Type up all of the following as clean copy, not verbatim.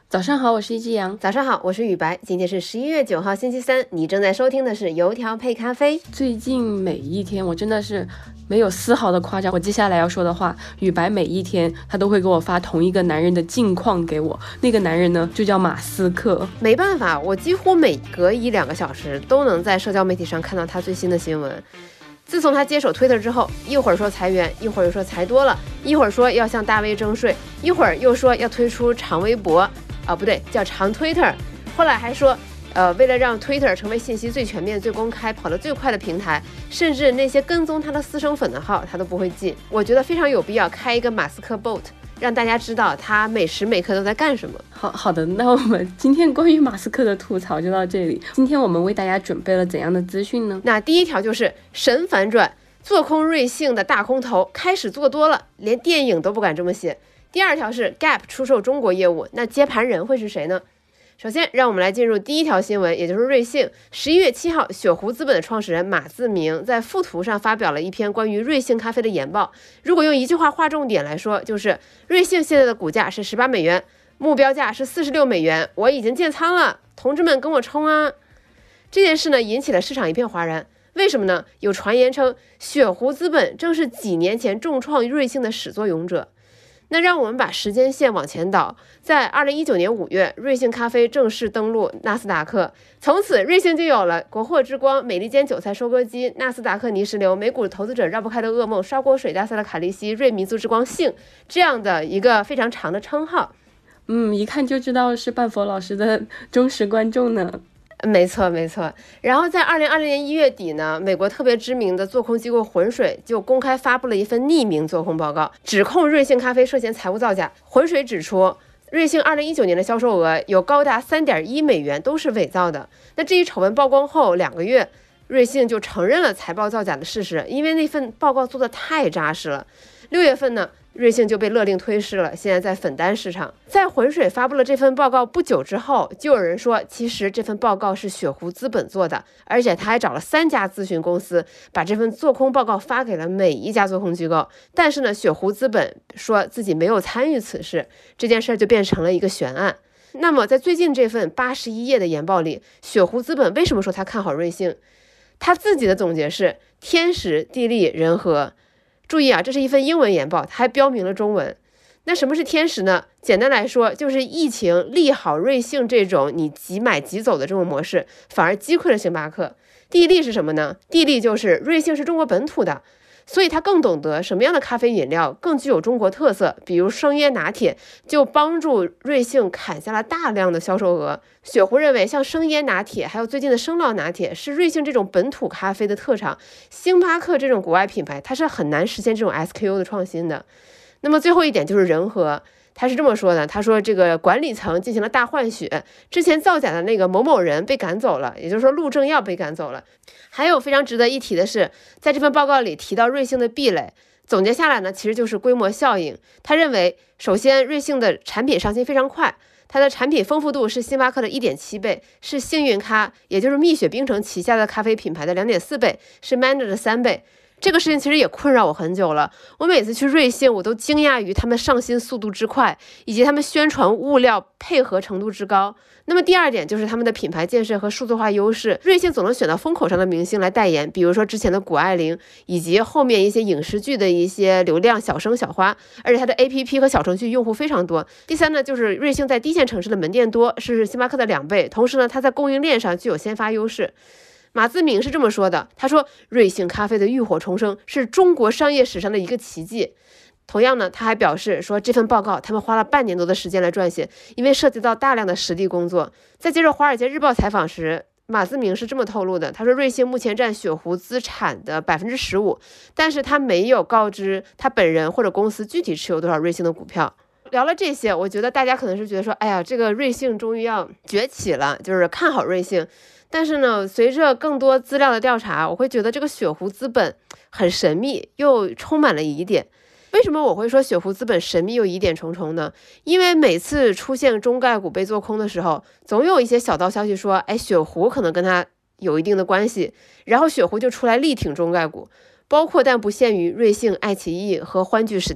早上好，我是一只羊。 早上好，我是雨白。今天是11月9号，星期三。你正在收听的是油条配咖啡。 最近每一天，我真的是没有丝毫的夸张。我接下来要说的话，雨白每一天他都会给我发同一个男人的近况给我。那个男人呢，就叫马斯克。 没办法，我几乎每隔1-2个小时都能在社交媒体上看到他最新的新闻。自从他接手 Twitter 之后，一会儿说裁员，一会儿又说裁多了，一会儿说要向大 V 征税，一会儿又说要推出长微博。不对，叫长 Twitter。后来还说，为了让 Twitter 成为信息最全面、最公开、跑得最快的平台，甚至那些跟踪他的私生粉的号，他都不会禁。我觉得非常有必要开一个马斯克 bot， 让大家知道他每时每刻都在干什么。 好的，那我们今天关于马斯克的吐槽就到这里。今天我们为大家准备了怎样的资讯呢？ 那第一条就是神反转，做空瑞幸的大空头开始做多了，连电影都不敢这么写。第二条是 Gap 出售中国业务，那接盘人会是谁呢？首先让我们来进入第一条新闻，也就是瑞幸。11月7号，雪狐资本的创始人马自明在富途上发表了一篇关于瑞幸咖啡的研报。如果用一句话划重点来说，就是瑞幸现在的股价是18美元，目标价是46美元，我已经建仓了，同志们跟我冲啊！这件事呢引起了市场一片哗然。为什么呢？有传言称雪狐资本正是几年前重创瑞幸的始作俑者。那让我们把时间线往前倒，在2019年5月，瑞幸咖啡正式登陆纳斯达克，从此瑞幸就有了国货之光、美利坚韭菜收割机、纳斯达克泥石流、美股投资者绕不开的噩梦、刷锅水大赛的卡利西、瑞民族之光幸这样的一个非常长的称号。 一看就知道是半佛老师的忠实观众呢。 没错。然后在2020年1月底呢，美国特别知名的做空机构浑水就公开发布了一份匿名做空报告，指控瑞幸咖啡涉嫌财务造假。浑水指出，瑞幸2019年的销售额有高达3.1美元都是伪造的。那这一丑闻曝光后2个月，瑞幸就承认了财报造假的事实，因为那份报告做得太扎实了。6月份呢，瑞幸就被勒令退市了，现在在粉单市场。在浑水发布了这份报告不久之后，就有人说其实这份报告是雪狐资本做的，而且他还找了3家咨询公司，把这份做空报告发给了每一家做空机构。但是呢，雪狐资本说自己没有参与此事，这件事就变成了一个悬案。那么在最近这份81页的研报里，雪狐资本为什么说他看好瑞幸？他自己的总结是天时地利人和。注意啊，这是一份英文研报，它还标明了中文。那什么是天时呢？简单来说，就是疫情利好瑞幸这种你即买即走的这种模式，反而击溃了星巴克。地利是什么呢？地利就是瑞幸是中国本土的，所以他更懂得什么样的咖啡饮料更具有中国特色，比如生椰拿铁就帮助瑞幸砍下了大量的销售额。雪狐认为像生椰拿铁还有最近的生酪拿铁是瑞幸这种本土咖啡的特长，星巴克这种国外品牌它是很难实现这种 SKU 的创新的。那么最后一点就是人和，他是这么说的，他说这个管理层进行了大换血，之前造假的那个某某人被赶走了，也就是说陆正耀被赶走了。还有非常值得一提的是，在这份报告里提到瑞幸的壁垒，总结下来呢，其实就是规模效应。他认为首先瑞幸的产品上新非常快，它的产品丰富度是星巴克的1.7倍，是幸运咖也就是蜜雪冰城旗下的咖啡品牌的2.4倍，是 Manner 的3倍。这个事情其实也困扰我很久了，我每次去瑞幸我都惊讶于他们上新速度之快，以及他们宣传物料配合程度之高。那么第二点就是他们的品牌建设和数字化优势，瑞幸总能选到风口上的明星来代言，比如说之前的谷爱凌，以及后面一些影视剧的一些流量小生小花，而且它的 APP 和小程序用户非常多。第三呢，就是瑞幸在低线城市的门店多，是星巴克的2倍，同时呢，它在供应链上具有先发优势。马自明是这么说的，他说瑞幸咖啡的浴火重生是中国商业史上的一个奇迹。同样呢，他还表示说这份报告他们花了半年多的时间来撰写，因为涉及到大量的实地工作。在接受华尔街日报采访时，马自明是这么透露的，他说瑞幸目前占雪狐资产的15%，但是他没有告知他本人或者公司具体持有多少瑞幸的股票。聊了这些，我觉得大家可能是觉得说，哎呀，这个瑞幸终于要崛起了，就是看好瑞幸。但是呢，随着更多资料的调查，我会觉得这个雪狐资本很神秘，又充满了疑点。为什么我会说雪狐资本神秘又疑点重重呢？因为每次出现中概股被做空的时候，总有一些小道消息说，哎，雪狐可能跟它有一定的关系，然后雪狐就出来力挺中概股，包括但不限于瑞幸、爱奇艺和欢聚时代。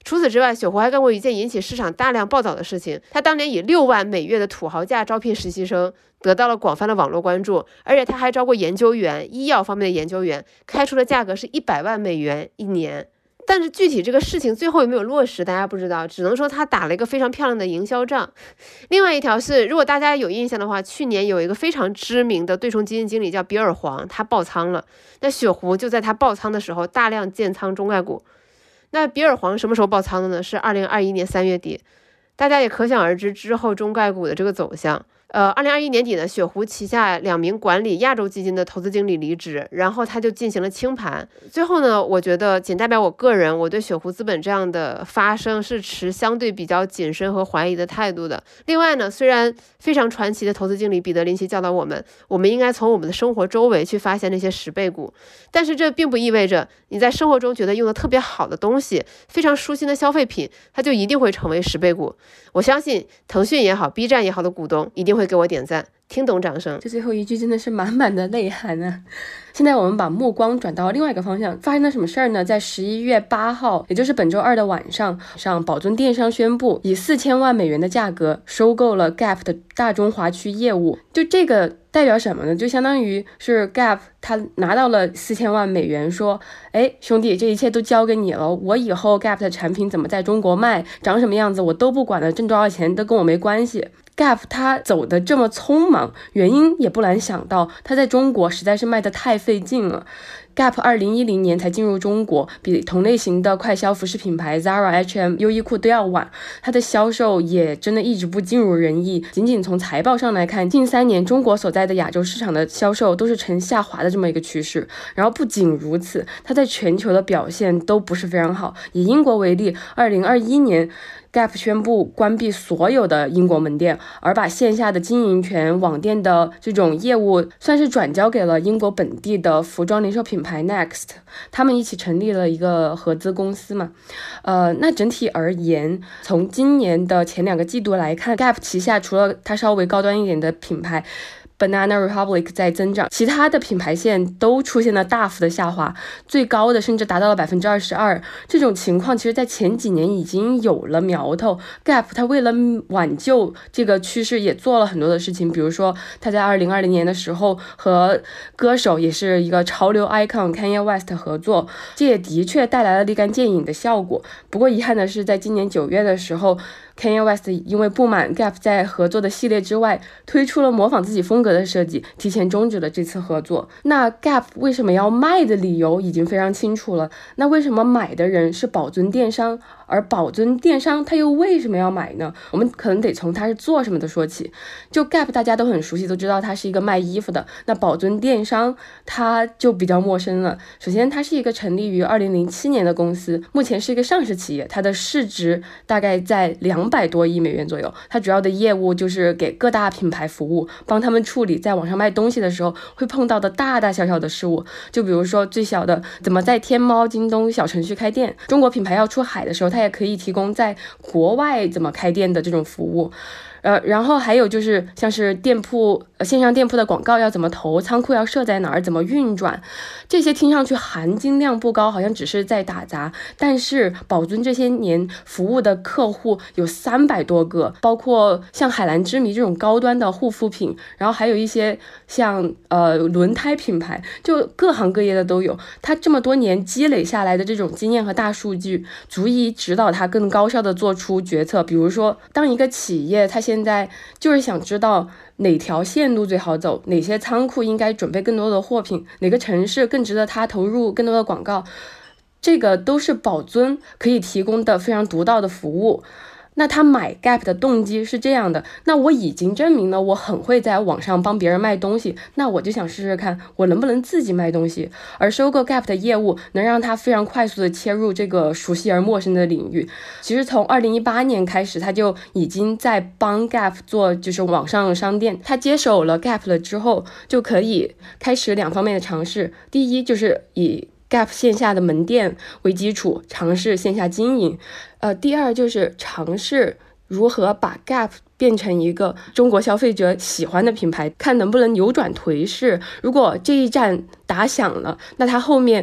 除此之外，雪狐还干过一件引起市场大量报道的事情，他当年以6万每月的土豪价招聘实习生，得到了广泛的网络关注，而且他还招过研究员，医药方面的研究员，开出的价格是100万美元一年。但是具体这个事情最后有没有落实，大家不知道，只能说他打了一个非常漂亮的营销仗。另外一条是，如果大家有印象的话，去年有一个非常知名的对冲基金经理叫比尔黄，他爆仓了。那雪狐就在他爆仓的时候大量建仓中概股。那比尔黄什么时候爆仓的呢？是2021年3月底，大家也可想而知之后中概股的这个走向。2021年底呢，雪狐旗下2名管理亚洲基金的投资经理离职，然后他就进行了清盘。最后呢，我觉得仅代表我个人，我对雪狐资本这样的发生是持相对比较谨慎和怀疑的态度的。另外呢，虽然非常传奇的投资经理彼得林奇教导我们应该从我们的生活周围去发现那些十倍股，但是这并不意味着你在生活中觉得用的特别好的东西，非常舒心的消费品，它就一定会成为十倍股。我相信腾讯也好 B 站也好的股东一定会给我点赞，听懂掌声。 这最后一句真的是满满的泪涵啊！现在我们把目光转到另外一个方向，发生了什么事儿呢？在11月8号，也就是本周二的晚上，宝尊电商宣布以4000万美元的价格收购了 Gap 的大中华区业务。就这个代表什么呢？就相当于是 Gap 他拿到了4000万美元，说，哎，兄弟，这一切都交给你了，我以后 Gap 的产品怎么在中国卖，长什么样子我都不管了，挣多少钱都跟我没关系。Gap 他走得这么匆忙，原因也不难想到，他在中国实在是卖得太费劲了。Gap 2010年才进入中国，比同类型的快消服饰品牌 Zara、H&M、优衣库都要晚，它的销售也真的一直不尽如人意。仅仅从财报上来看，近3年中国所在的亚洲市场的销售都是呈下滑的这么一个趋势。然后不仅如此，它在全球的表现都不是非常好。以英国为例，2021年Gap 宣布关闭所有的英国门店，而把线下的经营权、网店的这种业务算是转交给了英国本地的服装零售品牌 Next， 他们一起成立了一个合资公司嘛。那整体而言，从今年的前2个季度来看， Gap 旗下除了它稍微高端一点的品牌Banana Republic 在增长，其他的品牌线都出现了大幅的下滑，最高的甚至达到了 22%。 这种情况其实在前几年已经有了苗头。 Gap 它为了挽救这个趋势也做了很多的事情，比如说他在2020年的时候和歌手也是一个潮流 icon Kanye West 合作，这也的确带来了立竿见影的效果。不过遗憾的是，在今年9月的时候Kanye West 因为不满 Gap 在合作的系列之外推出了模仿自己风格的设计，提前终止了这次合作。那 Gap 为什么要卖的理由已经非常清楚了，那为什么买的人是宝尊电商，而宝尊电商他又为什么要买呢？我们可能得从他是做什么的说起。就 Gap 大家都很熟悉，都知道他是一个卖衣服的，那宝尊电商他就比较陌生了。首先它是一个成立于2007年的公司，目前是一个上市企业，它的市值大概在200多亿美元左右。它主要的业务就是给各大品牌服务，帮他们处理在网上卖东西的时候会碰到的大大小小的事物。就比如说最小的怎么在天猫、京东小程序开店，中国品牌要出海的时候，它也可以提供在国外怎么开店的这种服务。然后还有就是像是店铺线上店铺的广告要怎么投，仓库要设在哪儿，怎么运转，这些听上去含金量不高，好像只是在打杂，但是宝尊这些年服务的客户有300多个，包括像海蓝之谜这种高端的护肤品，然后还有一些像轮胎品牌，就各行各业的都有。他这么多年积累下来的这种经验和大数据，足以指导他更高效的做出决策。比如说当一个企业他现在就是想知道哪条线路最好走，哪些仓库应该准备更多的货品，哪个城市更值得他投入更多的广告，这个都是宝尊可以提供的非常独到的服务。那他买 Gap 的动机是这样的，那我已经证明了我很会在网上帮别人卖东西，那我就想试试看我能不能自己卖东西。而收购 Gap 的业务能让他非常快速的切入这个熟悉而陌生的领域。其实从2018年开始，他就已经在帮 Gap 做就是网上商店。他接手了 Gap 了之后，就可以开始2方面的尝试。第一就是以Gap 线下的门店为基础，尝试线下经营。第二就是尝试如何把 Gap 变成一个中国消费者喜欢的品牌，看能不能扭转颓势。如果这一战打响了，那它后面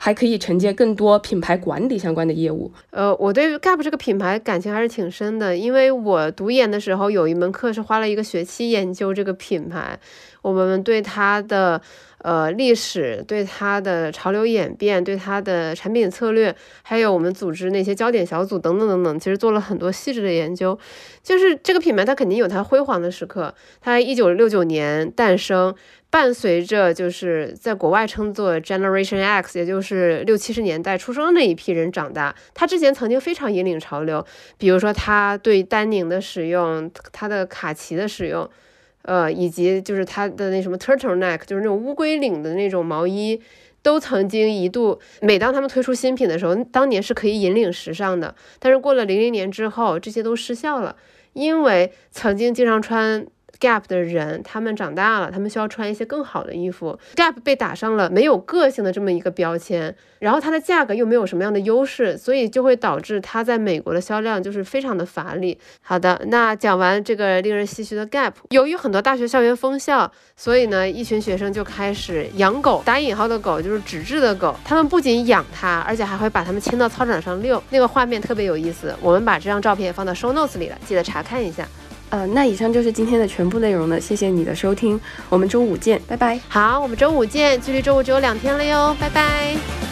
还可以承接更多品牌管理相关的业务。 我对 Gap 这个品牌感情还是挺深的，因为我读研的时候有一门课是花了1个学期研究这个品牌，我们对它的历史，对它的潮流演变，对它的产品策略，还有我们组织那些焦点小组等等等等，其实做了很多细致的研究。就是这个品牌它肯定有它辉煌的时刻，它1969年诞生，伴随着就是在国外称作 Generation X， 也就是60、70年代出生的那一批人长大。它之前曾经非常引领潮流，比如说它对丹宁的使用，它的卡其的使用，以及就是它的那什么 turtleneck， 就是那种乌龟领的那种毛衣，都曾经一度，每当他们推出新品的时候，当年是可以引领时尚的。但是过了00年之后，这些都失效了，因为曾经经常穿Gap 的人，他们长大了，他们需要穿一些更好的衣服。Gap 被打上了没有个性的这么一个标签，然后它的价格又没有什么样的优势，所以就会导致它在美国的销量就是非常的乏力。好的，那讲完这个令人唏嘘的 Gap， 由于很多大学校园封校，所以呢，一群学生就开始养狗，打引号的狗就是纸质的狗。他们不仅养它，而且还会把它们牵到操场上遛，那个画面特别有意思。我们把这张照片放到 show notes 里了，记得查看一下。 那以上就是今天的全部内容了，谢谢你的收听，我们周五见，拜拜。 好，我们周五见，距离周五只有2天了哟，拜拜。